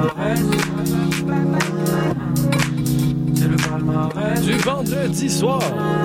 palmarès. C'est le palmarès. Du vendredi soir.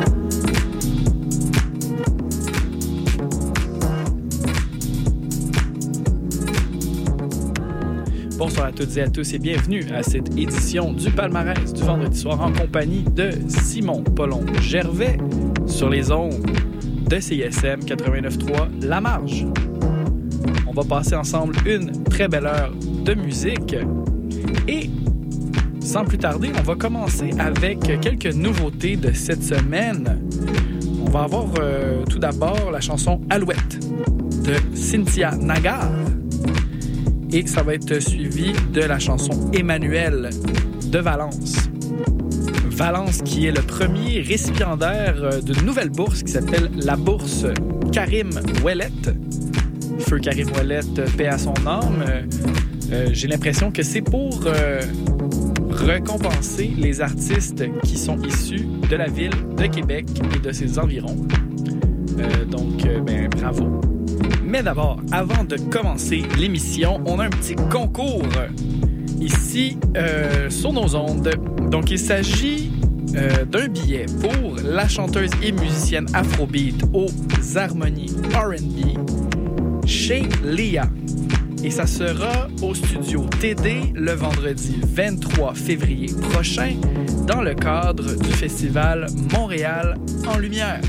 Bonsoir à toutes et à tous et bienvenue à cette édition du palmarès du vendredi soir en compagnie de Simon Pollon-Gervais sur les ondes de CISM 89.3 La Marge. On va passer ensemble une très belle heure de musique et sans plus tarder, on va commencer avec quelques nouveautés de cette semaine. On va avoir tout d'abord la chanson Alouette de Cynthia Nagar. Et ça va être suivi de la chanson Emmanuel de Valence. Valence qui est le premier récipiendaire d'une nouvelle bourse qui s'appelle la bourse Karim Ouellette. Feu Karim Ouellette, paix à son âme. J'ai l'impression que c'est pour récompenser les artistes qui sont issus de la ville de Québec et de ses environs. Donc, bravo. Mais d'abord, avant de commencer l'émission, on a un petit concours ici sur nos ondes. Donc, il s'agit d'un billet pour la chanteuse et musicienne afrobeat aux harmonies R&B, Chez Lia. Et ça sera au studio TD le vendredi 23 février prochain dans le cadre du festival Montréal en Lumière.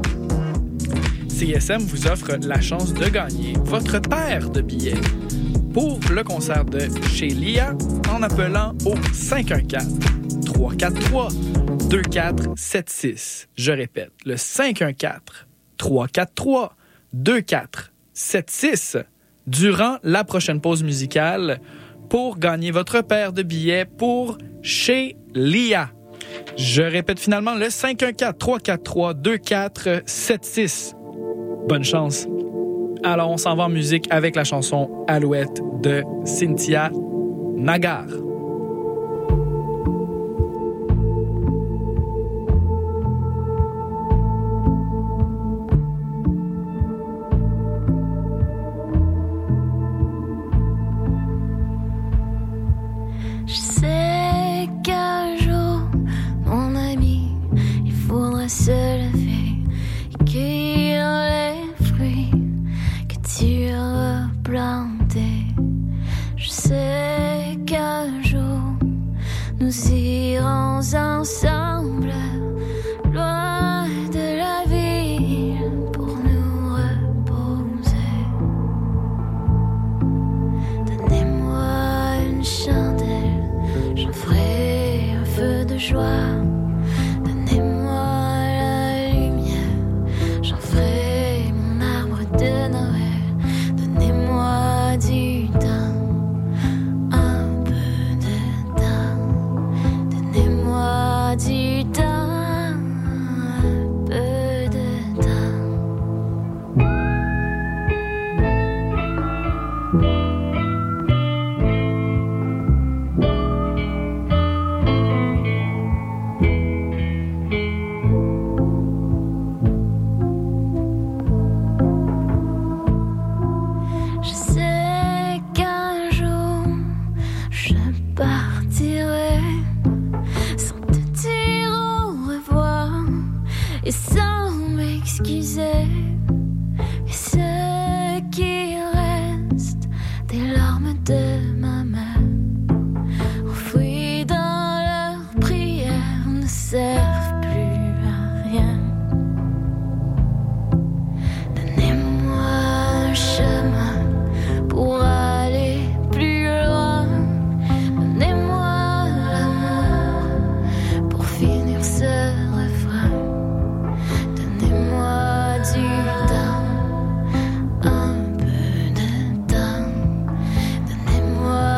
CISM vous offre la chance de gagner votre paire de billets pour le concert de Chez Lia en appelant au 514-343-2476. Je répète, le 514-343-2476 durant la prochaine pause musicale pour gagner votre paire de billets pour Chez Lia. Je répète finalement le 514-343-2476. Bonne chance. Alors, on s'en va en musique avec la chanson Alouette de Cynthia Nagar. Je sais qu'un jour, mon ami, il faudra se lever et cueillir les fruits que tu as plantés. Je sais qu'un jour, nous irons ensemble, loin de la ville, pour nous reposer. Donnez-moi une chandelle, je ferai un feu de joie. Donnez-moi la lumière, j'en ferai mon arbre de Noël. Donnez-moi du temps, un peu de temps. Donnez-moi du temps, un peu de temps. Je sais qu'un jour je partirai sans te dire au revoir et sans m'excuser. Et ce qui reste des larmes de ma main, enfouies dans leurs prières, ne servent plus à rien. Donnez-moi un chemin pour aller plus loin. Donnez-moi l'amour pour finir ce refrain. Donnez-moi du temps, un peu de temps. Donnez-moi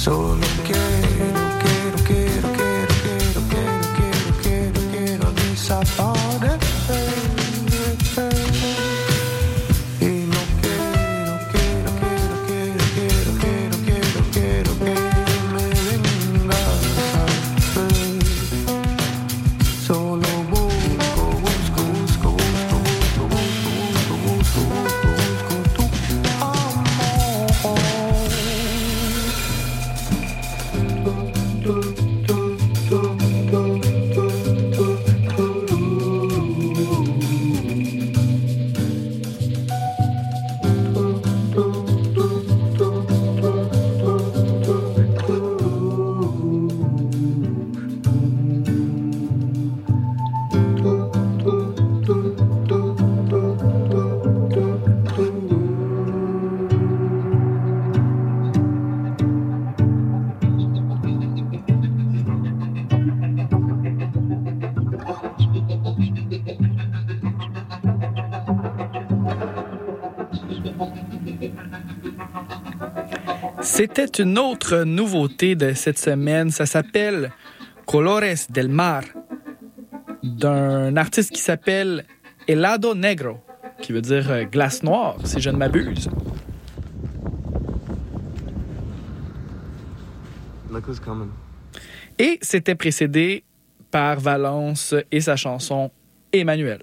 Solo quiero desaparecer. Y no quiero que me vengas a ver. Solo busco tu C'était une autre nouveauté de cette semaine. Ça s'appelle Colores del Mar, d'un artiste qui s'appelle Helado Negro, qui veut dire glace noire, si je ne m'abuse. Look who's coming. Et c'était précédé par Valence et sa chanson Emmanuel.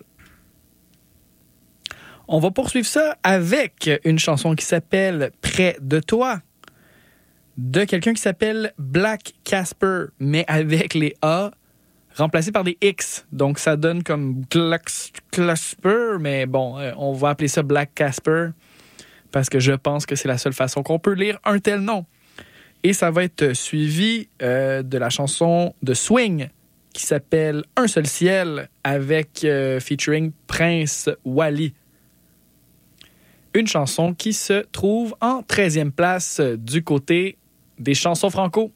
On va poursuivre ça avec une chanson qui s'appelle Près de toi, de quelqu'un qui s'appelle Black Casper, mais avec les A remplacés par des X. Donc, ça donne comme Casper, mais bon, on va appeler ça Black Casper parce que je pense que c'est la seule façon qu'on peut lire un tel nom. Et ça va être suivi de la chanson de Swing qui s'appelle Un seul ciel avec featuring Prince Wally. Une chanson qui se trouve en 13e place du côté des chansons franco.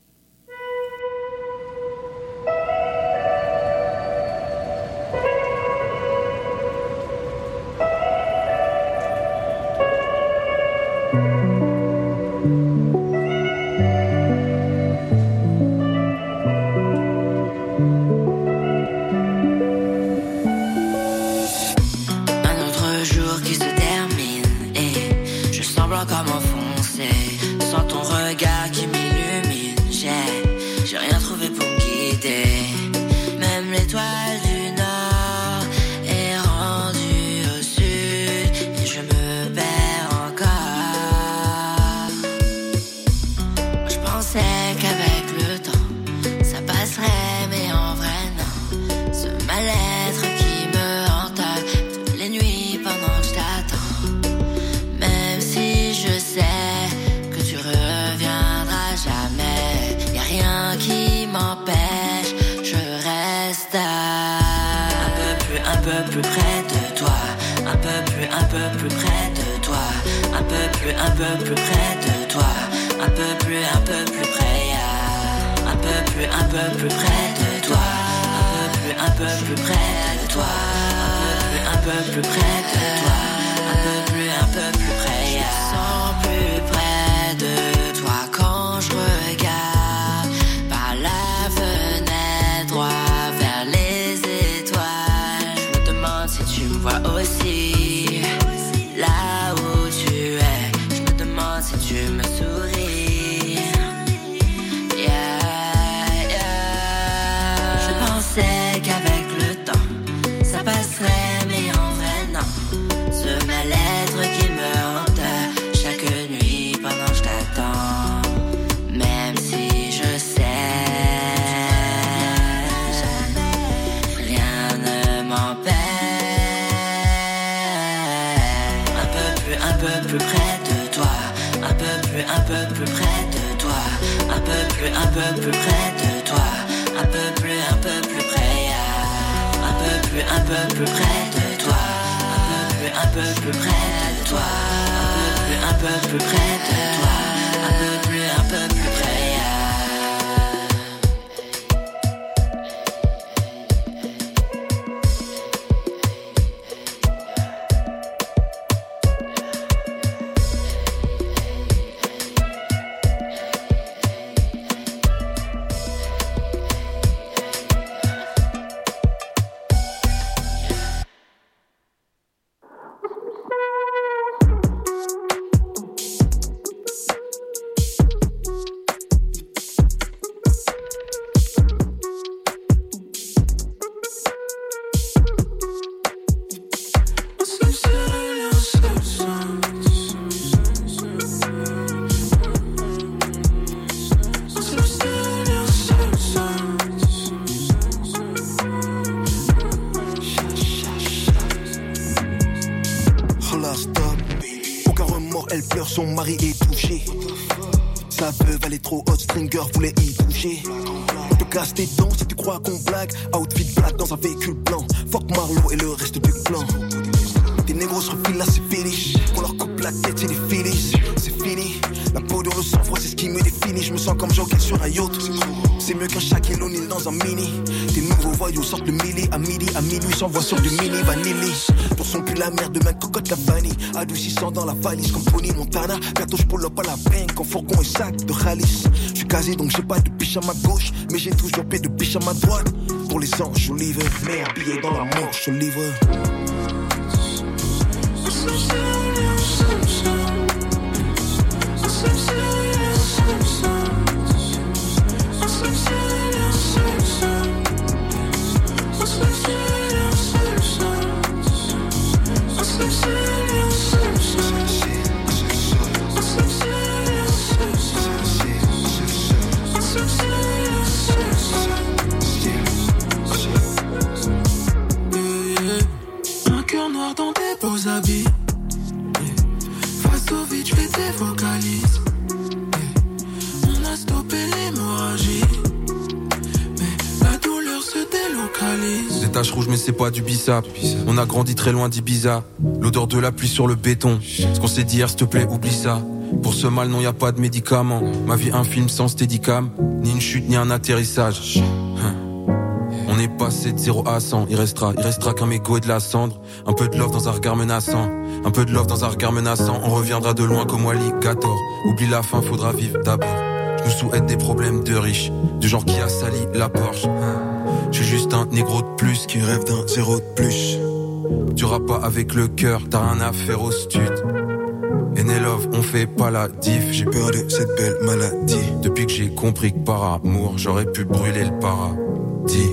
mari est touché. Sa veuve elle est trop hot, Stringer voulait y toucher. On te casse tes dents si tu crois qu'on blague. Outfit black dans un véhicule blanc. Fuck Marlowe et le reste du clan. Tes négros se refilent là, c'est finish. On leur coupe la tête, c'est des finis. C'est fini. La peau de le sang-froid, c'est ce qui me définit. Je me sens comme Joker sur un yacht. C'est mieux qu'un Shaquille O'Neal dans un mini. Tes nouveaux voyous sortent le midi. À minuit, s'envoient sur du mini vanilli. Pour son cul la merde, demain cocotte la vanille. Adoucissant dans la valise comme Tony Montana. Gâteau, j'pull up à la banque en fourgon et sac de Khalis. J'suis casé donc j'ai pas de biche à ma gauche. Mais j'ai toujours paix de biche à ma droite. Pour les anges, je livre. Mais habillé dans la manche, je livre. Un cœur noir dans tes beaux habits. Face au vide, je fais des vocalises. On a stoppé l'hémorragie, mais la douleur se délocalise. Des taches rouges mais c'est pas du bissap. On a grandi très loin d'Ibiza. L'odeur de la pluie sur le béton. Ce qu'on s'est dit hier, s'il te plaît, oublie ça. Pour ce mal, non, y a pas de médicaments. Ma vie, un film sans steadicam. Ni une chute, ni un atterrissage. On est passé de 0 à 100. Il restera qu'un mégot et de la cendre. Un peu de love dans un regard menaçant. Un peu de love dans un regard menaçant. On reviendra de loin comme alligator. Oublie la fin, faudra vivre d'abord. Je nous souhaite des problèmes de riches. Du genre qui a sali la Porsche. Je suis juste un négro de plus qui rêve d'un zéro de plus. Tu rappes pas avec le cœur, t'as rien à faire au stud. Love, on fait pas la diff. J'ai peur de cette belle maladie. Depuis que j'ai compris que par amour, j'aurais pu brûler le paradis.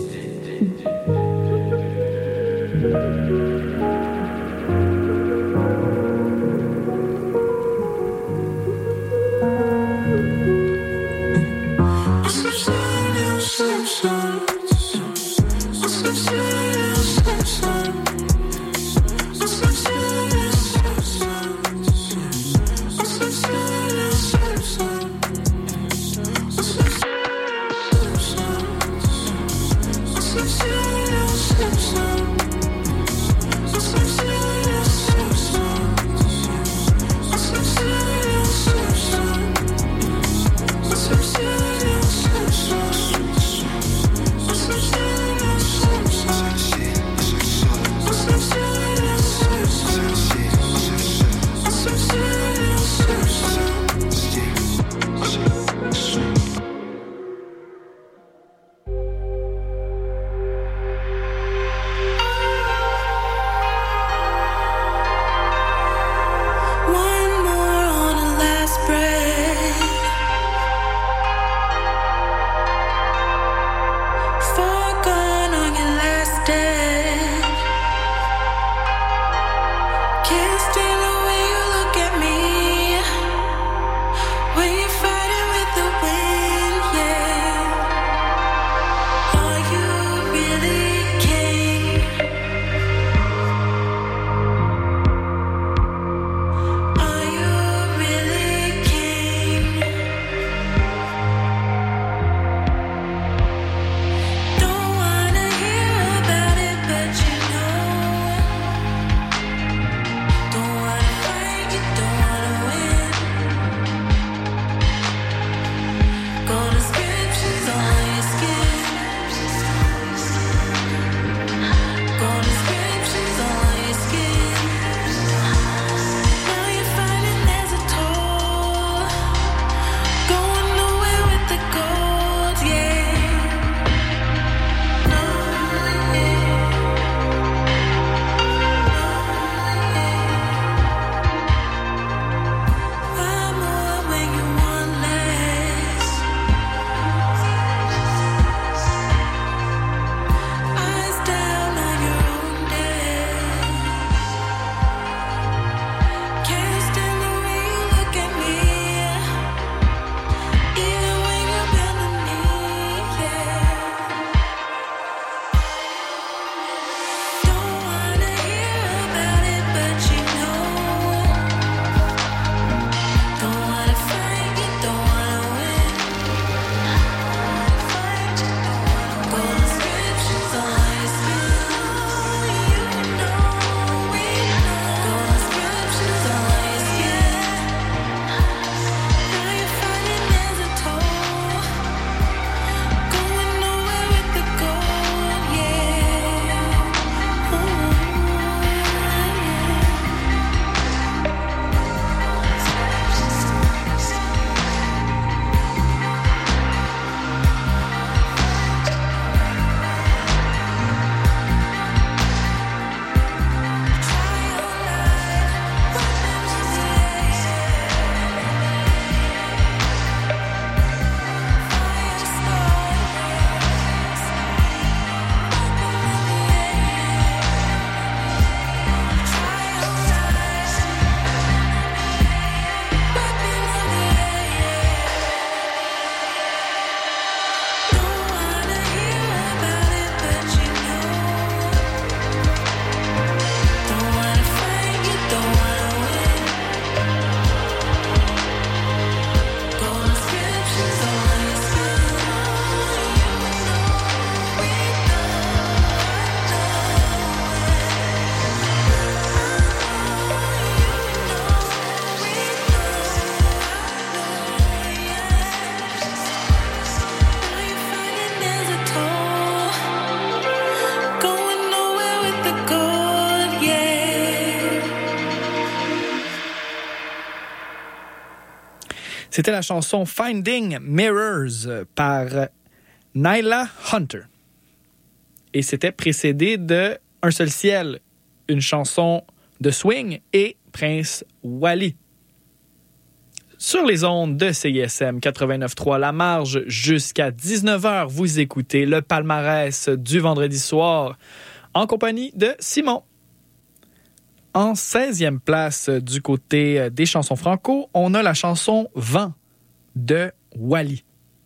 C'était la chanson Finding Mirrors par Nyla Hunter. Et c'était précédé de Un seul ciel, une chanson de swing, et Prince Wally. Sur les ondes de CISM 89.3, La Marge, jusqu'à 19h, vous écoutez le palmarès du vendredi soir en compagnie de Simon. En 16e place du côté des chansons franco, on a la chanson Vent de Wally.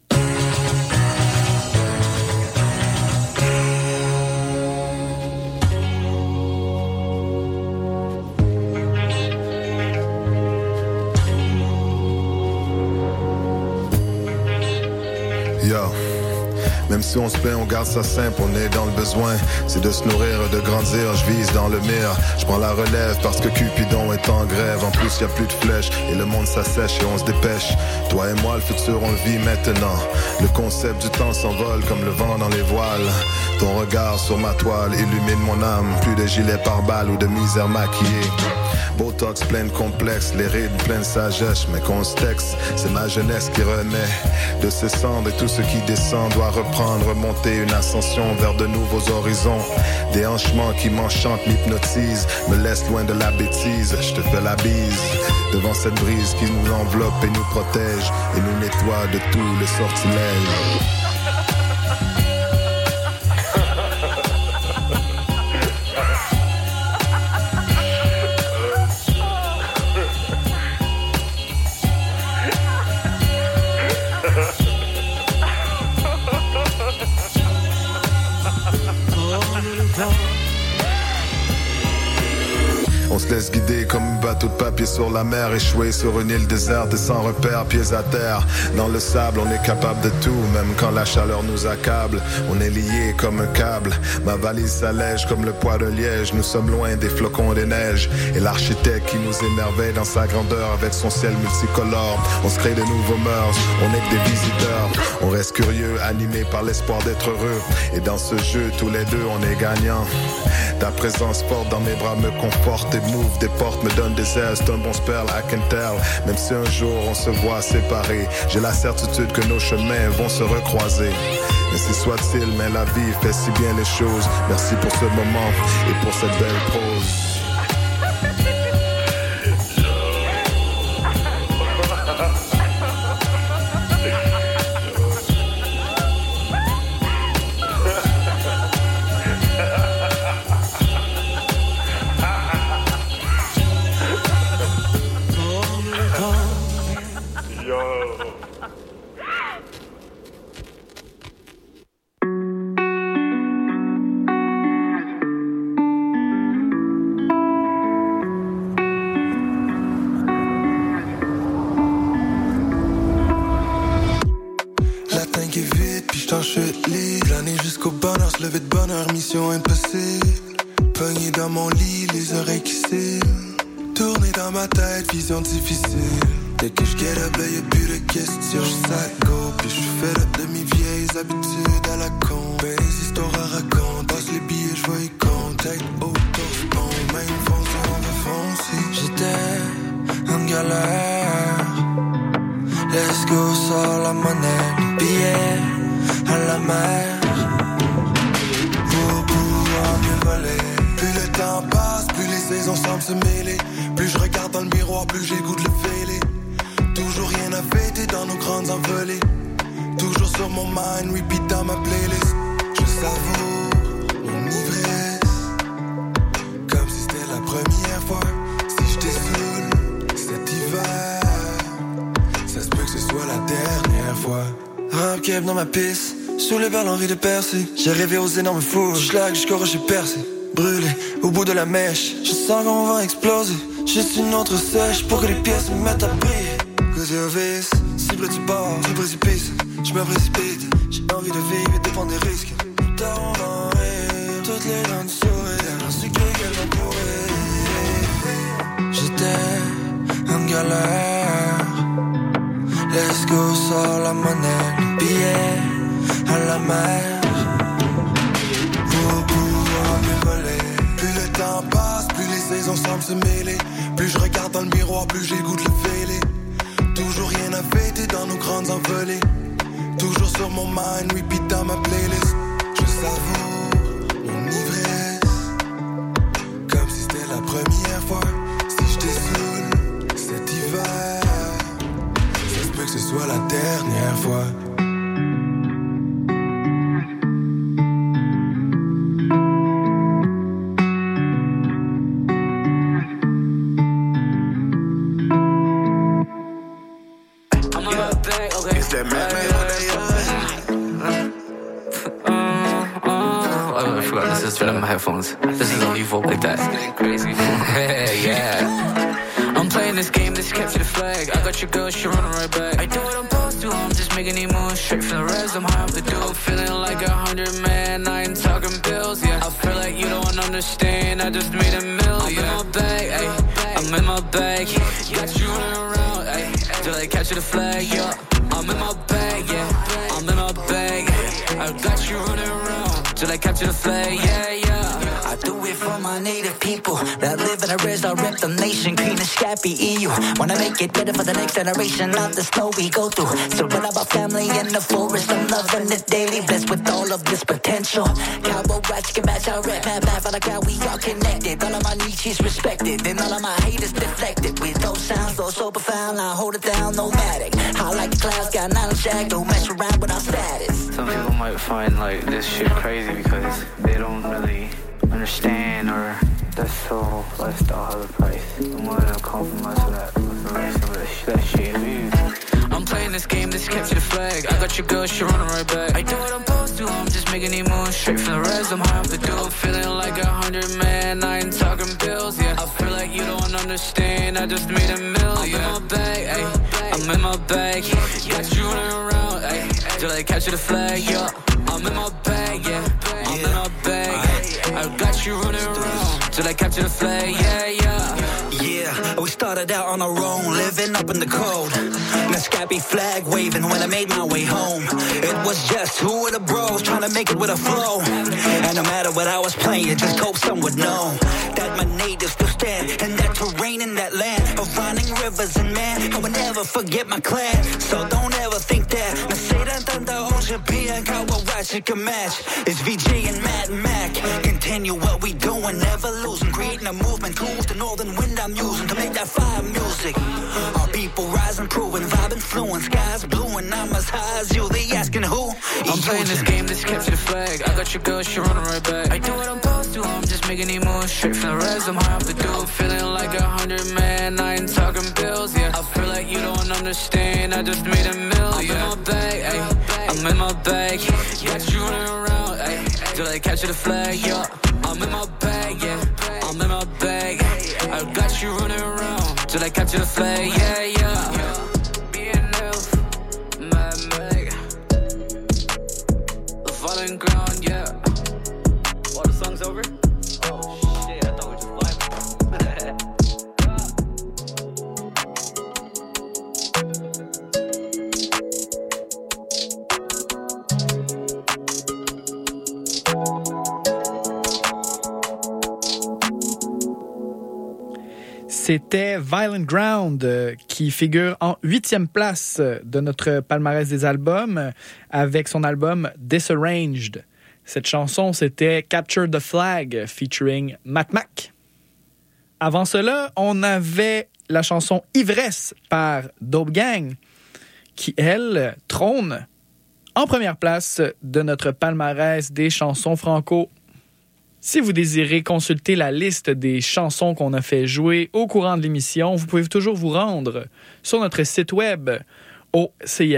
Yo. Même si on se plaint, on garde ça simple, on est dans le besoin. C'est de se nourrir, de grandir, je vise dans le mire. Je prends la relève parce que Cupidon est en grève. En plus, y a plus de flèches et le monde s'assèche et on se dépêche. Toi et moi, le futur, on le vit maintenant. Le concept du temps s'envole comme le vent dans les voiles. Ton regard sur ma toile illumine mon âme. Plus de gilets pare-balles ou de misère maquillée. Botox plein de complexes, les rides pleines de sagesse. Mais qu'on se texte, c'est ma jeunesse qui renaît de ses cendres. Et tout ce qui descend doit reprendre, remonter une ascension vers de nouveaux horizons. Des hanchements qui m'enchantent, m'hypnotisent, me laissent loin de la bêtise. Je te fais la bise devant cette brise qui nous enveloppe et nous protège et nous nettoie de tous les sortilèges. On se laisse guider comme un bateau de papier sur la mer, échoué sur une île déserte et sans repère, pieds à terre. Dans le sable, on est capable de tout, même quand la chaleur nous accable. On est liés comme un câble, ma valise s'allège comme le poids d'un liège. Nous sommes loin des flocons des neiges et l'architecte qui nous émerveille dans sa grandeur avec son ciel multicolore. On se crée de nouveaux mœurs, on est que des visiteurs. On reste curieux, animé par l'espoir d'être heureux. Et dans ce jeu, tous les deux, on est gagnants. Ta présence forte dans mes bras me conforte et m'ouvre des portes, me donne des ailes, c'est un bon spell, I can tell. Même si un jour on se voit séparés, j'ai la certitude que nos chemins vont se recroiser. Ainsi soit-il, mais la vie fait si bien les choses. Merci pour ce moment et pour cette belle prose. Levé de bonheur, mission impossible. Pogné dans mon lit, les oreilles qui cillent. Tourné dans ma tête, vision difficile. Dès que je get up, y'a plus de questions. J'suis go, puis j'suis fed up de mes vieilles habitudes à la con. Ben les histoires à raconter. Passe les billets, j'vois y compte. Tête autour, même foncé, on va foncer. J'étais en galère. Let's go, sors la monnaie, les billets à la mer. Plus le temps passe, plus les saisons semblent se mêler. Plus je regarde dans le miroir, plus j'ai le goût de le fêler. Toujours rien à fêter dans nos grandes envolées. Toujours sur mon mind, repeat dans ma playlist. Je savoure mon ivresse, comme si c'était la première fois. Si je t'essoule cet hiver, ça se peut que ce soit la dernière fois. Rap keb dans ma piste, soulevé par l'envie de percer. J'ai rêvé aux énormes fours, schlag jusqu'au rocher percé. Brûlé au bout de la mèche, je sens qu'on va exploser. Juste une autre sèche pour que les pièces me mettent à briller. Cause you're vis, si près du bord, du précipice. Je me précipite, j'ai envie de vivre et de prendre des risques. Tard on va en rire, toutes les dents de sourire. J'en suis qu'elle va pourrir. J'étais en galère. Let's go, sors la monnaie, les billets à la mer. Plus le temps passe, plus les saisons semblent se mêler. Plus je regarde dans le miroir, plus j'ai le goût de le fêler. Toujours rien à fêter dans nos grandes envolées. Toujours sur mon mind, repeat dans ma playlist. Je savoure mon ivresse, comme si c'était la première fois. Si je t'ai saoul cet hiver, ça se peut que ce soit la dernière fois. Filling my headphones. This is only vote like that. Crazy. Yeah. I'm playing this game, this capture the flag. I got your girl, she running right back. I do what I'm supposed to, I'm just making it move straight from the res. I'm high off the dope, feeling like 100 man. I ain't talking bills, yeah. I feel like you don't understand. I just made a million. I'm in my bag, ayy. I'm in my bag. Got you running around, ayy. Till I capture the flag, yeah. I'm in my bag, yeah. I'm in my bag. I got you running around till I capture the flag, yeah, yeah. I do it for my native people that live in a res. I rep the nation, green and scrappy EU. Wanna make it better for the next generation, not the snow we go through. Still run about family in the forest, I'm loving it daily, blessed with all of this potential. Cowboy rats can match our rep, mad for the crowd, we all connected. All of my niches respected, and all of my haters deflected. With those sounds, though so profound, I hold it down, nomadic. High like the clouds, got knowledge jack, don't mess around with our status. Some people might find like this shit crazy because they don't really understand, or that's so lifestyle the price. I'm willing to compromise for that. For the rest of that shit views. I'm playing this game, this capture the flag. I got your girl, she running right back. I do what I'm supposed to, I'm just making it move straight from the res. I'm high off the dope, feeling like 100 man. I ain't talking bills, yeah. I feel like you don't understand. I just made a million. I'm in my bag, ayy. I'm in my bag. Got you running around, ayy. Till I capture the flag, yeah. I'm in my bag, yeah. I'm in my bag. I got you running around till I capture the flag, yeah, yeah. Yeah, we started out on our own, living up in the cold. That scrappy flag waving when I made my way home. It was just two of the bros trying to make it with a flow. And no matter what I was playing, just hope some would know that my natives still stand in that terrain, in that land of running rivers. And man, I would never forget my clan. So don't ever think that Nasedan Tanda Ocean P and Kawa Rashi can match. It's VG and Mad Mac. Continue what we doing, never losing. Creating a movement, tools the northern wind I'm using to make that fire music. Our people rising, proving, vibing, fluent. Skies blue and I'm as high as you. They asking who? I'm playing this game, this capture the flag. I got your girl, she running right back. I do what I'm supposed to, I'm just making it move straight from the res. I'm high off the dope, feeling like 100 man. I ain't talking bills, yeah. I feel like you don't understand. I just made a million. I'm in my bag, ayy. I'm in my bag. Got you running around, ayy. Till I capture the flag, yeah. I'm in my bag, yeah. I'm in my bag. I got you running around till I capture the flag, yeah, yeah. BNF, Mad Meg, the falling ground, yeah. Well, the song's over? Oh shit, I thought we just vibed. C'était Violent Ground qui figure en 8e place de notre palmarès des albums avec son album Disarranged. Cette chanson, c'était Capture the Flag featuring Matt Mac. Avant cela, on avait la chanson Ivresse par Dope Gang qui, elle, trône en première place de notre palmarès des chansons franco. Si vous désirez consulter la liste des chansons qu'on a fait jouer au courant de l'émission, vous pouvez toujours vous rendre sur notre site web au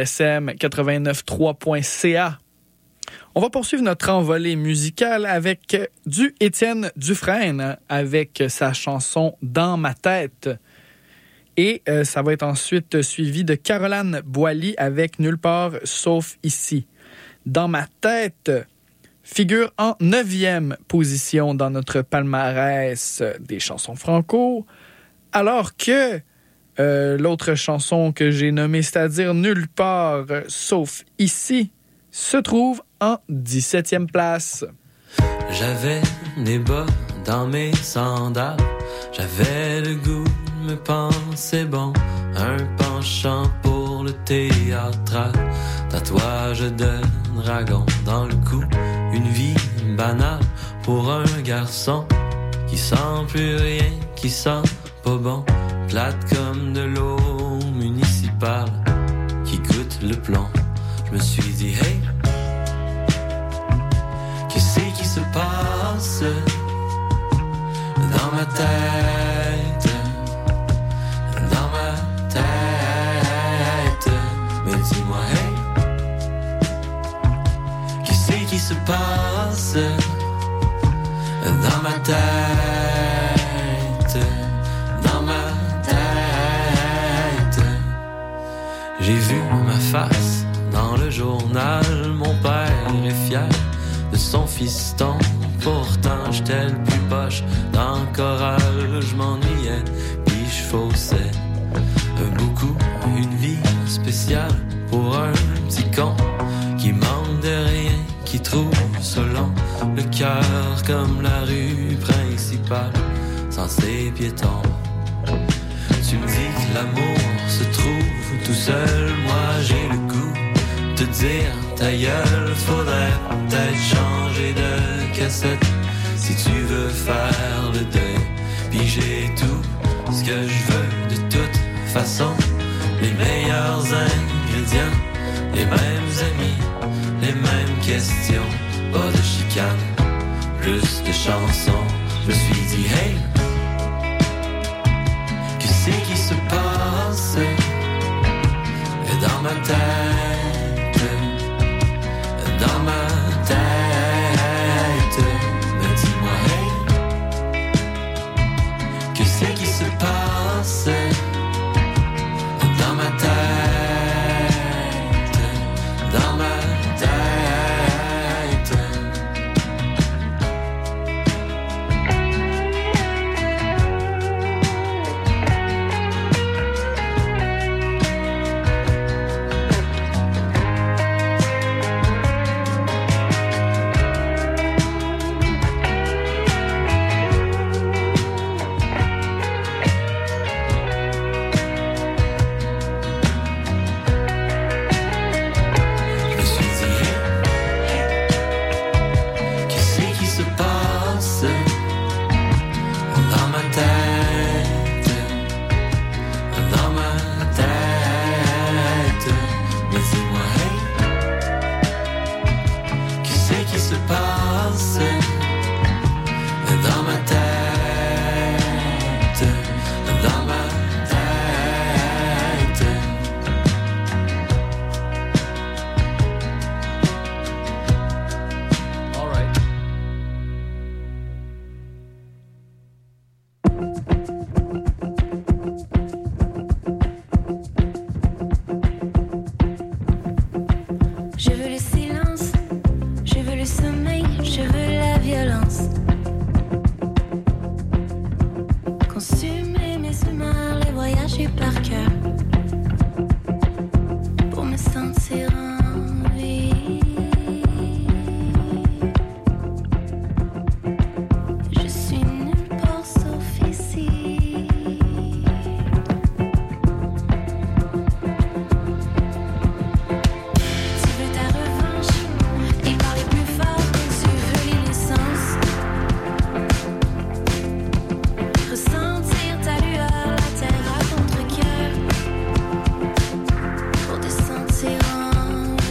CISM893.ca. On va poursuivre notre envolée musicale avec du Étienne Dufresne avec sa chanson « Dans ma tête ». Et ça va être ensuite suivi de Caroline Boilly avec « Nulle part sauf ici ». « Dans ma tête » figure en 9e position dans notre palmarès des chansons franco, alors que l'autre chanson que j'ai nommée, c'est-à-dire « Nulle part sauf ici », se trouve en 17e place. J'avais des bas dans mes sandales, j'avais le goût de me pensais bon, un penchant pour le théâtral, tatouage de dragon dans le cou, une vie banale pour un garçon qui sent plus rien, qui sent pas bon, plate comme de l'eau municipale qui goûte le plomb. Je me suis dit hey, qu'est-ce qui se passe dans ma tête, dans ma tête? Mais dis-moi hey, qu'est-ce qui se passe dans ma tête, dans ma tête? J'ai vu ma face dans le journal, mon père est fier de son fiston. Pourtant j'étais le plus poche dans le choral, je m'ennuyais puis je faussais beaucoup. Une vie spéciale pour un petit con qui manque de rien, qui trouve ça long, le cœur comme la rue principale sans ses piétons. Tu me dis que l'amour se trouve tout seul, moi j'ai le goût de te dire ta gueule. Faudrait peut-être changer de cassette si tu veux faire le deuil. Puis j'ai tout ce que je veux de toute façon, les meilleurs ingrédients, les mêmes amis, les mêmes questions, pas de chicane, plus de chansons. Je me suis dit hey, qu'est-ce qui se passe dans ma tête, dans ma tête? Mais dis-moi hey, qu'est-ce qui se passe dans ma tête, dans ma tête? Sentir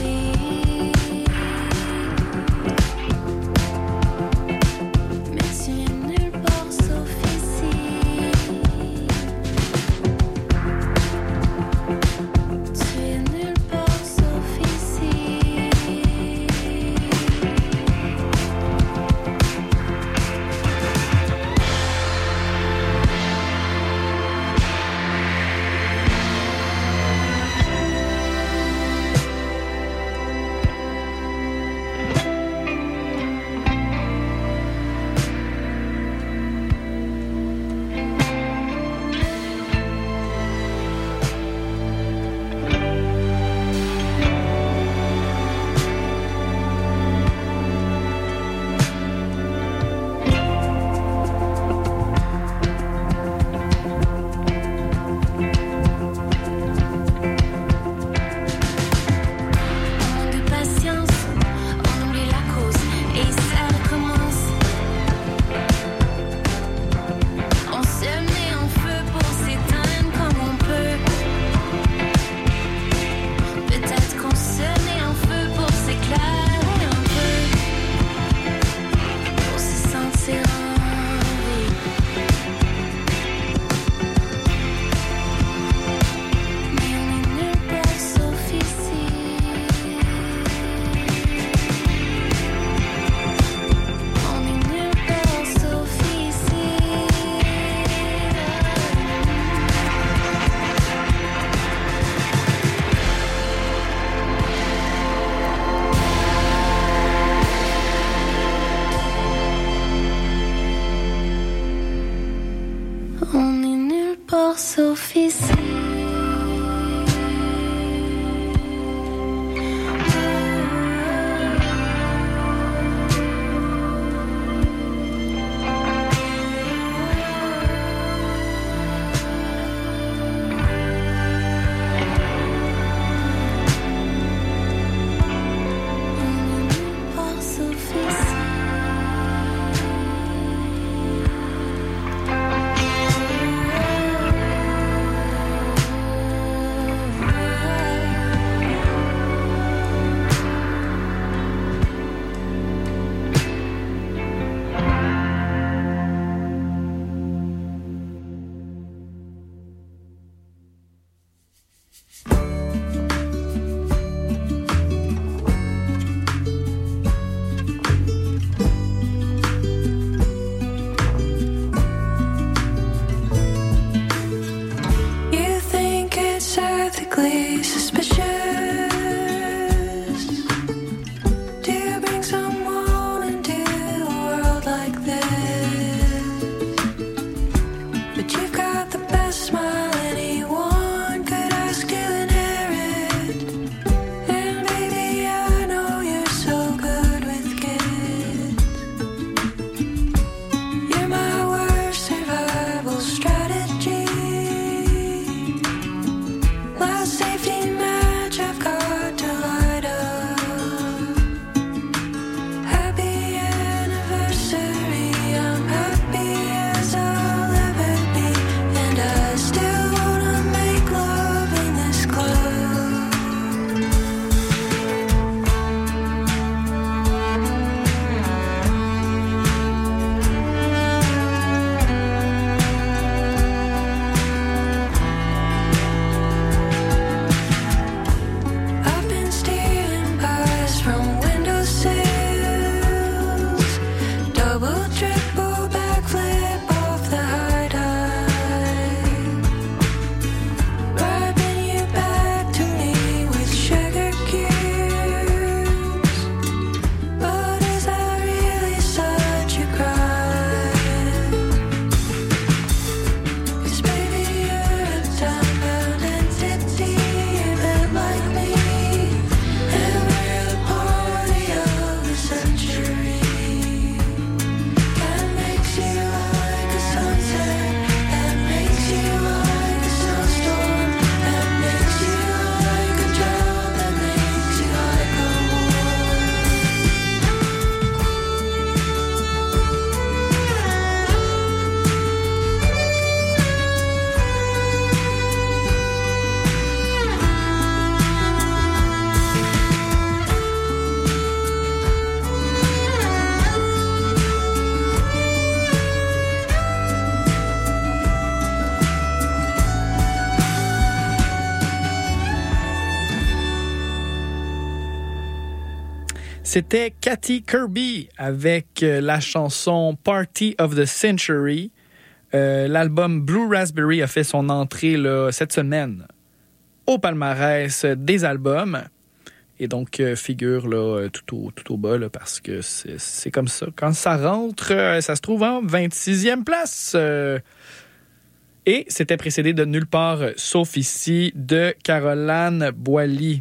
C'était Katy Kirby avec la chanson Party of the Century. L'album Blue Raspberry a fait son entrée là, cette semaine au palmarès des albums. Et donc, figure là, tout au bas là, parce que c'est comme ça. Quand ça rentre, ça se trouve en 26e place. Et c'était précédé de Nulle part sauf ici de Caroline Boily.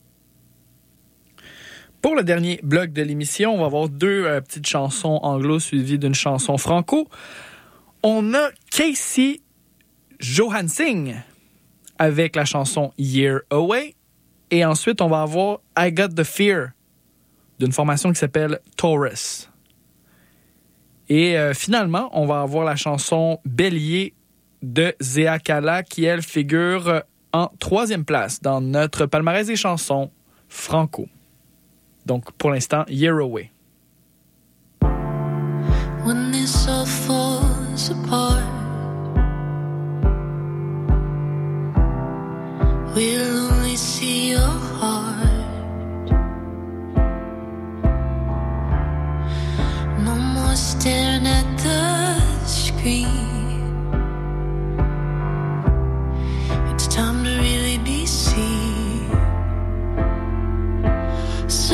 Pour le dernier bloc de l'émission, on va avoir deux petites chansons anglo suivies d'une chanson franco. On a Casey Johansson avec la chanson Year Away. Et ensuite, on va avoir I Got the Fear d'une formation qui s'appelle Taurus. Et finalement, on va avoir la chanson Bélier de Zéa Kala qui, elle, figure en 3e place dans notre palmarès des chansons franco. Donc, pour l'instant, Year Away. When this all falls apart, we'll only see your heart. No more staring at the screen. It's time to really be seen. So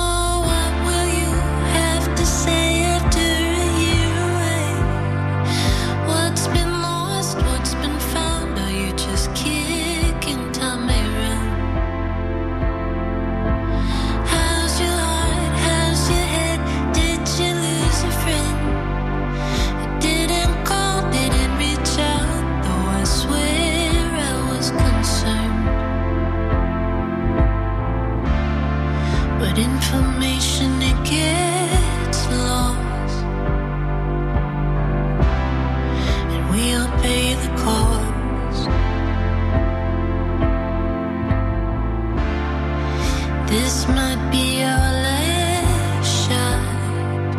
information, it gets lost, and we all pay the cost. This might be our last shot.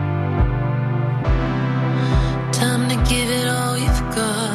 Time to give it all you've got.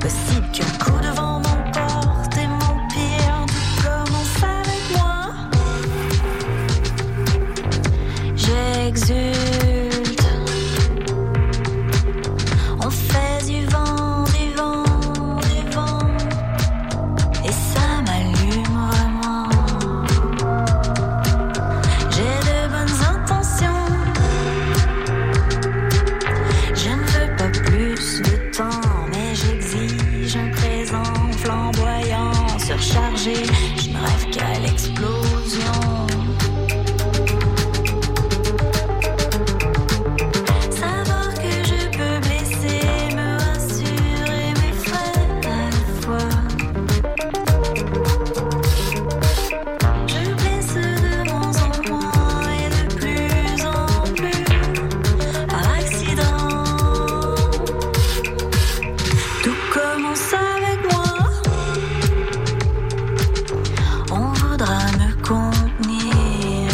possible qu'un coup de vent m'emporte et mon pire tout commence avec moi. J'exulte. On fait du vent, du vent, du vent, et ça m'allume vraiment. J'ai de bonnes intentions. Je ne veux pas plus de temps, mais j'exige un présent flamboyant, surchargé. Je ne rêve qu'à l'explosion. Savoir que je peux blesser, me rassurer, m'effraie à la fois. Je blesse de moins en moins et de plus en plus par accident. Tout commence avec moi. On voudra me contenir,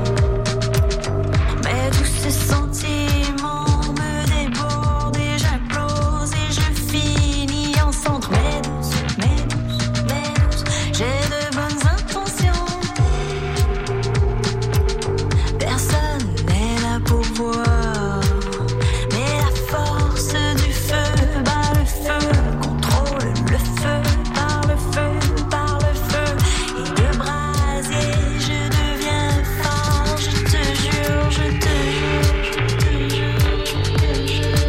mais tous ces sentiments me débordent et j'applause et je finis en centre. Mais douce, j'ai de bonnes intentions. Personne n'est là pour voir, mais la force du feu bat le feu, contrôle le feu par le feu, par le feu. Et de brasier, je deviens fort, je te jure, je te jure, je te jure, je te jure.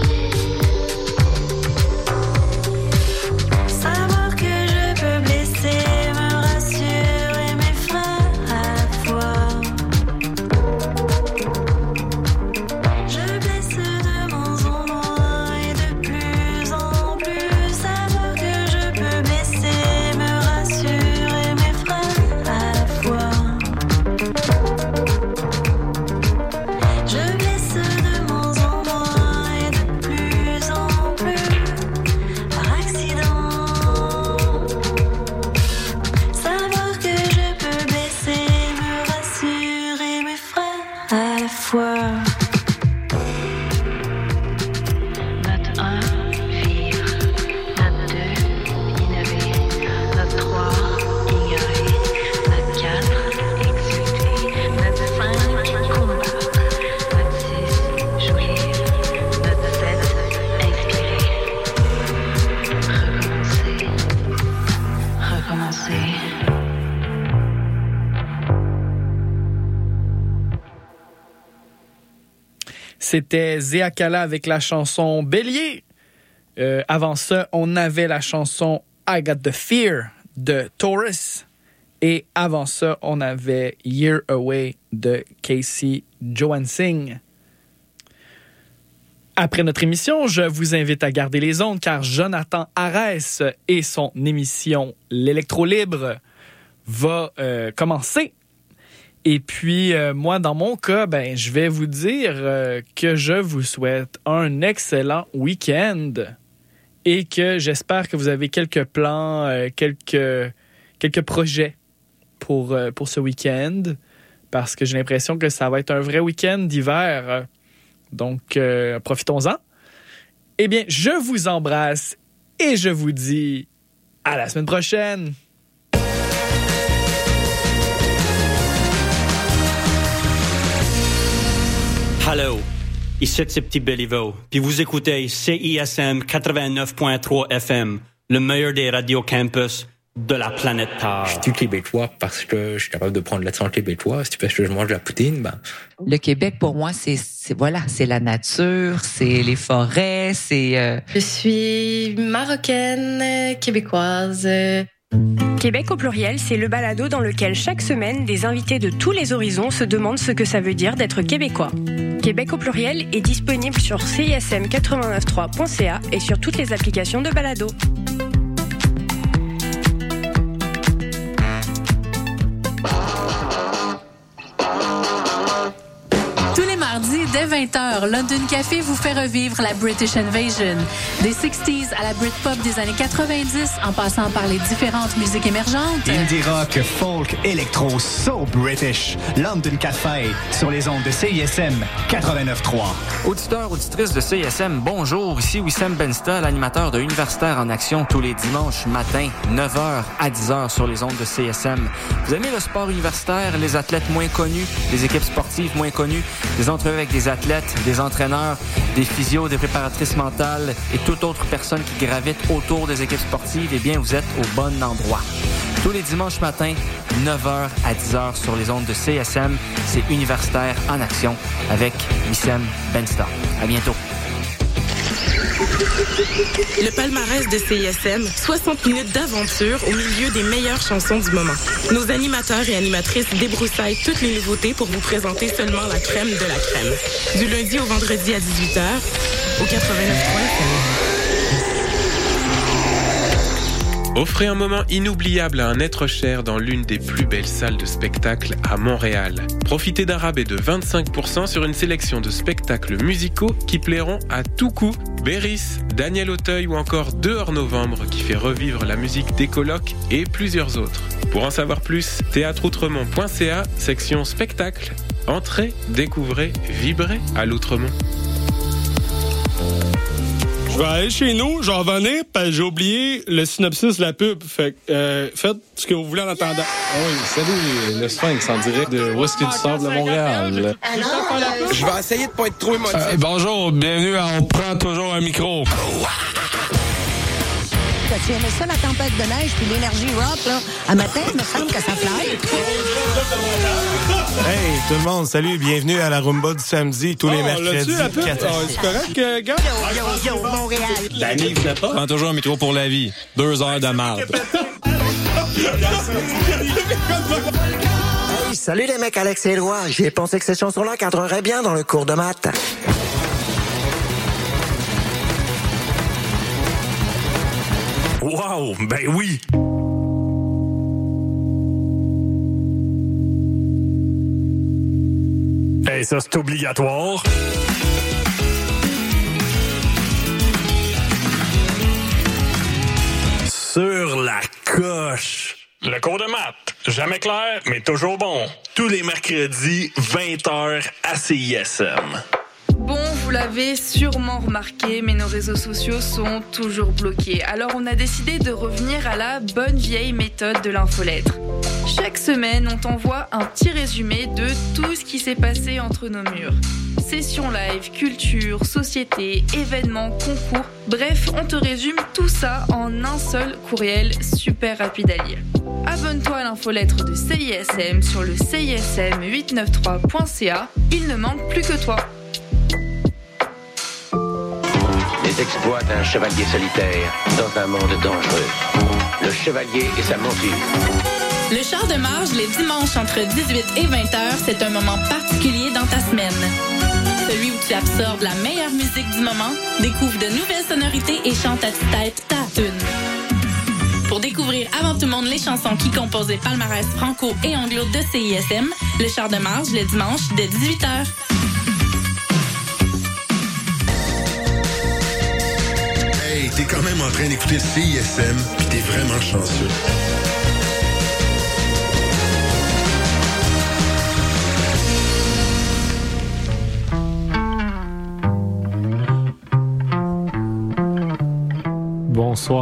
Savoir que je peux blesser, me rassurer, m'effraie à la fois. Je blesse de moins en moins et de plus en plus. Savoir que je peux blesser, me rassurer, m'effraie à la fois. Je blesse de moins en moins et de plus en plus par accident. Savoir que je peux blesser, me rassurer, m'effraie à la fois. Note 1, vivre. Note 2, innover. Note 3, ignorer. Note 4, exulter. Note 5, combattre. Note 6, jouir. Note 7, expirer. Recommencer. C'était Zéa Kala avec la chanson Bélier. Avant ça, on avait la chanson I Got the Fear de Taurus. Et avant ça, on avait Year Away de Casey Johansing. Après notre émission, je vous invite à garder les ondes car Jonathan Arès et son émission L'Électro Libre va commencer. Et puis, moi, dans mon cas, je vais vous dire que je vous souhaite un excellent week-end et que j'espère que vous avez quelques plans, quelques projets pour ce week-end parce que j'ai l'impression que ça va être un vrai week-end d'hiver. Donc, profitons-en. Eh bien, je vous embrasse et je vous dis à la semaine prochaine. Hello, ici c'est Petit Béliveau, puis vous écoutez CISM 89.3 FM, le meilleur des radios campus de la planète Terre. Je suis québécois parce que je suis capable de prendre l'accent québécois. C'est parce que je mange de la poutine, Le Québec, pour moi, c'est la nature, c'est les forêts, c'est... Je suis marocaine, québécoise. Québec au pluriel, c'est le balado dans lequel chaque semaine, des invités de tous les horizons se demandent ce que ça veut dire d'être québécois. Québec au pluriel est disponible sur cism893.ca et sur toutes les applications de balado. Tous les mardis mardi, dès 20h, London Café vous fait revivre la British Invasion. Des 60s à la Britpop des années 90, en passant par les différentes musiques émergentes. Indie rock, folk, électro, so British. London Café, sur les ondes de CISM 89.3. Auditeurs, auditrices de CISM, bonjour. Ici Wissam Bensta, l'animateur de Universitaire en action tous les dimanches matin, 9h à 10h sur les ondes de CISM. Vous aimez le sport universitaire, les athlètes moins connus, les équipes sportives moins connues, des entrevues avec des athlètes, des entraîneurs, des physios, des préparatrices mentales et toute autre personne qui gravite autour des équipes sportives, eh bien, vous êtes au bon endroit. Tous les dimanches matins, 9h à 10h sur les ondes de CSM, c'est Universitaire en action avec Wissam Bensta. À bientôt. Le palmarès de CISM, 60 minutes d'aventure au milieu des meilleures chansons du moment. Nos animateurs et animatrices débroussaillent toutes les nouveautés pour vous présenter seulement la crème de la crème. Du lundi au vendredi à 18h, au 89.3 FM. Offrez un moment inoubliable à un être cher dans l'une des plus belles salles de spectacle à Montréal. Profitez d'un rabais de 25% sur une sélection de spectacles musicaux qui plairont à tout coup. Béris, Daniel Auteuil ou encore Dehors Novembre qui fait revivre la musique des colocs et plusieurs autres. Pour en savoir plus, théâtreoutremont.ca, section spectacle. Entrez, découvrez, vibrez à l'Outremont. Je vais aller chez nous, je vais revenir, parce que j'ai oublié le synopsis de la pub. Fait que, faites ce que vous voulez en attendant. Oui, salut, le Sphinx en direct de Whisky du Sable de Montréal. Je vais essayer de pas être trop émotif. Bonjour, bienvenue à On prend toujours un micro. Tu aimais ça, la tempête de neige puis l'énergie rock, là? À matin, il me semble que ça fly. Hey, tout le monde, salut, bienvenue à la Rumba du samedi, tous les mercredis. C'est correct, gars? Yo, Montréal. La nive de pas. Prends toujours un micro pour la vie. 2 heures de marde. Hey, salut les mecs, Alex et Éloi. J'ai pensé que ces chansons-là cadreraient bien dans le cours de maths. Wow, ben oui! Hey, ça, c'est obligatoire. Sur la coche. Le cours de maths. Jamais clair, mais toujours bon. Tous les mercredis, 20h à CISM. Bon, vous l'avez sûrement remarqué, mais nos réseaux sociaux sont toujours bloqués. Alors on a décidé de revenir à la bonne vieille méthode de l'infolettre. Chaque semaine, on t'envoie un petit résumé de tout ce qui s'est passé entre nos murs. Sessions live, culture, société, événements, concours. Bref, on te résume tout ça en un seul courriel super rapide à lire. Abonne-toi à l'infolettre de CISM sur le CISM893.ca. Il ne manque plus que toi. Les exploits d'un chevalier solitaire dans un monde dangereux. Le chevalier et sa monture. Le char de marge les dimanches entre 18 et 20h, c'est un moment particulier dans ta semaine. Celui où tu absorbes la meilleure musique du moment, découvre de nouvelles sonorités et chante à tue-tête ta tune. Pour découvrir avant tout le monde les chansons qui composent les palmarès franco et anglo de CISM, le char de marge le dimanche dès 18h. Hey, t'es quand même en train d'écouter CISM, pis t'es vraiment chanceux. Bonsoir.